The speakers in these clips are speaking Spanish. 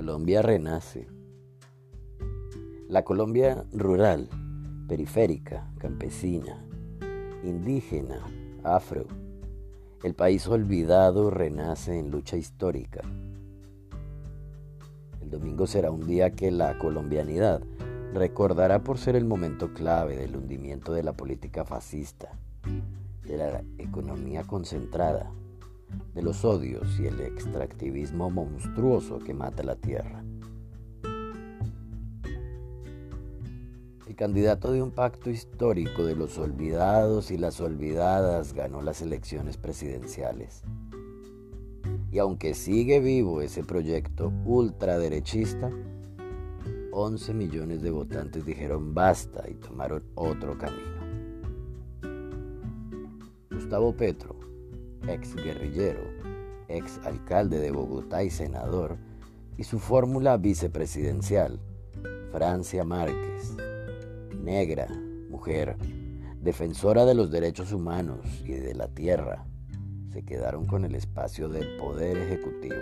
Colombia renace. La Colombia rural, periférica, campesina, indígena, afro, el país olvidado renace en lucha histórica. El domingo será un día que la colombianidad recordará por ser el momento clave del hundimiento de la política fascista, de la economía concentrada, de los odios y el extractivismo monstruoso que mata la tierra. El candidato de un pacto histórico de los olvidados y las olvidadas ganó las elecciones presidenciales. Y aunque sigue vivo ese proyecto ultraderechista, 11 millones de votantes dijeron basta y tomaron otro camino. Gustavo Petro, ex guerrillero, ex alcalde de Bogotá y senador, y su fórmula vicepresidencial, Francia Márquez, negra, mujer, defensora de los derechos humanos y de la tierra, se quedaron con el espacio del poder ejecutivo.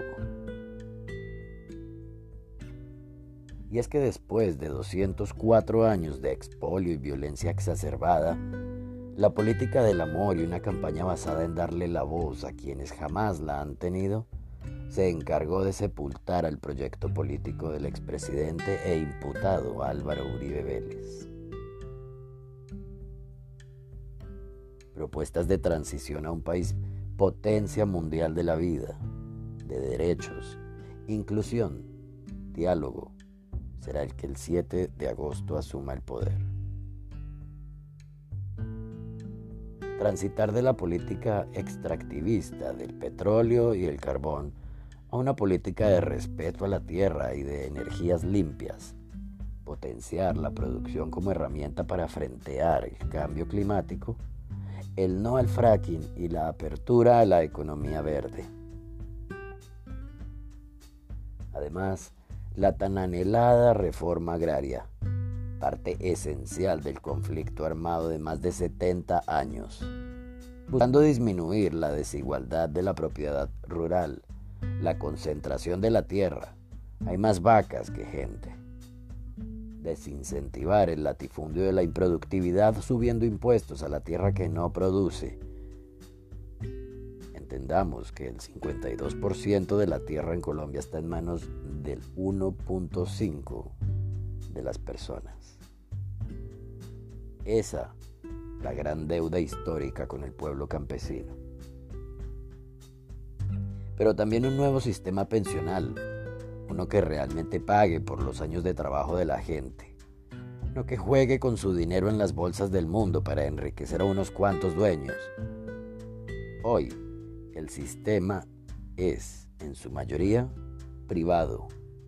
Y es que después de 204 años de expolio y violencia exacerbada, la política del amor y una campaña basada en darle la voz a quienes jamás la han tenido, se encargó de sepultar al proyecto político del expresidente e imputado Álvaro Uribe Vélez. Propuestas de transición a un país potencia mundial de la vida, de derechos, inclusión, diálogo, será el que el 7 de agosto asuma el poder. Transitar de la política extractivista del petróleo y el carbón a una política de respeto a la tierra y de energías limpias. Potenciar la producción como herramienta para frentear el cambio climático, el no al fracking y la apertura a la economía verde. Además, la tan anhelada reforma agraria, parte esencial del conflicto armado de más de 70 años, buscando disminuir la desigualdad de la propiedad rural, la concentración de la tierra, hay más vacas que gente. Desincentivar el latifundio de la improductividad subiendo impuestos a la tierra que no produce. Entendamos que el 52% de la tierra en Colombia está en manos del 1.5% de las personas. Esa, la gran deuda histórica con el pueblo campesino. Pero también un nuevo sistema pensional, uno que realmente pague por los años de trabajo de la gente, no que juegue con su dinero en las bolsas del mundo para enriquecer a unos cuantos dueños. Hoy, el sistema es, en su mayoría, privado.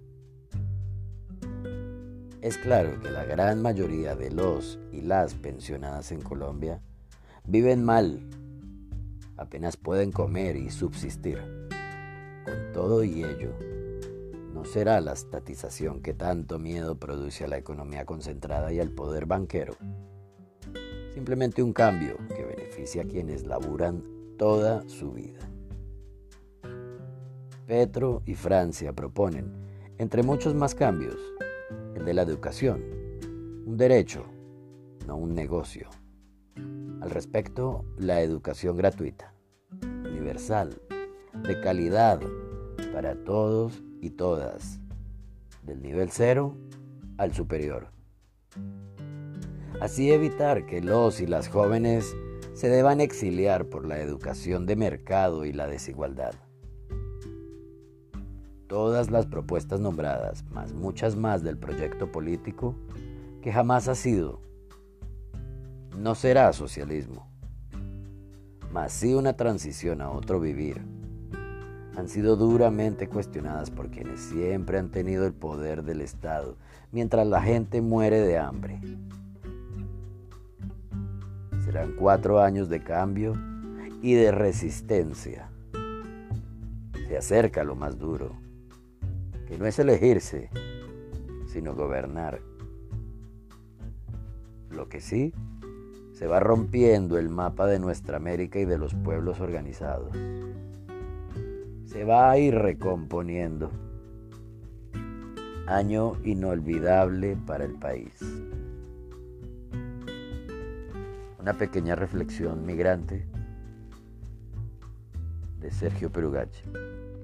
Es claro que la gran mayoría de los y las pensionadas en Colombia viven mal, apenas pueden comer y subsistir. Con todo y ello, no será la estatización que tanto miedo produce a la economía concentrada y al poder banquero. Simplemente un cambio que beneficia a quienes laburan toda su vida. Petro y Francia proponen, entre muchos más cambios, el de la educación, un derecho, no un negocio. Al respecto, la educación gratuita, universal, de calidad para todos y todas, del nivel 0 al superior. Así evitar que los y las jóvenes se deban exiliar por la educación de mercado y la desigualdad. Todas las propuestas nombradas, más muchas más del proyecto político, que jamás ha sido, no será socialismo, mas sí una transición a otro vivir, han sido duramente cuestionadas por quienes siempre han tenido el poder del Estado, mientras la gente muere de hambre. Serán 4 años de cambio y de resistencia. Se acerca lo más duro, que no es elegirse, sino gobernar. Lo que sí, se va rompiendo el mapa de nuestra América y de los pueblos organizados. Se va a ir recomponiendo. Año inolvidable para el país. Una pequeña reflexión migrante de Sergio Perugache.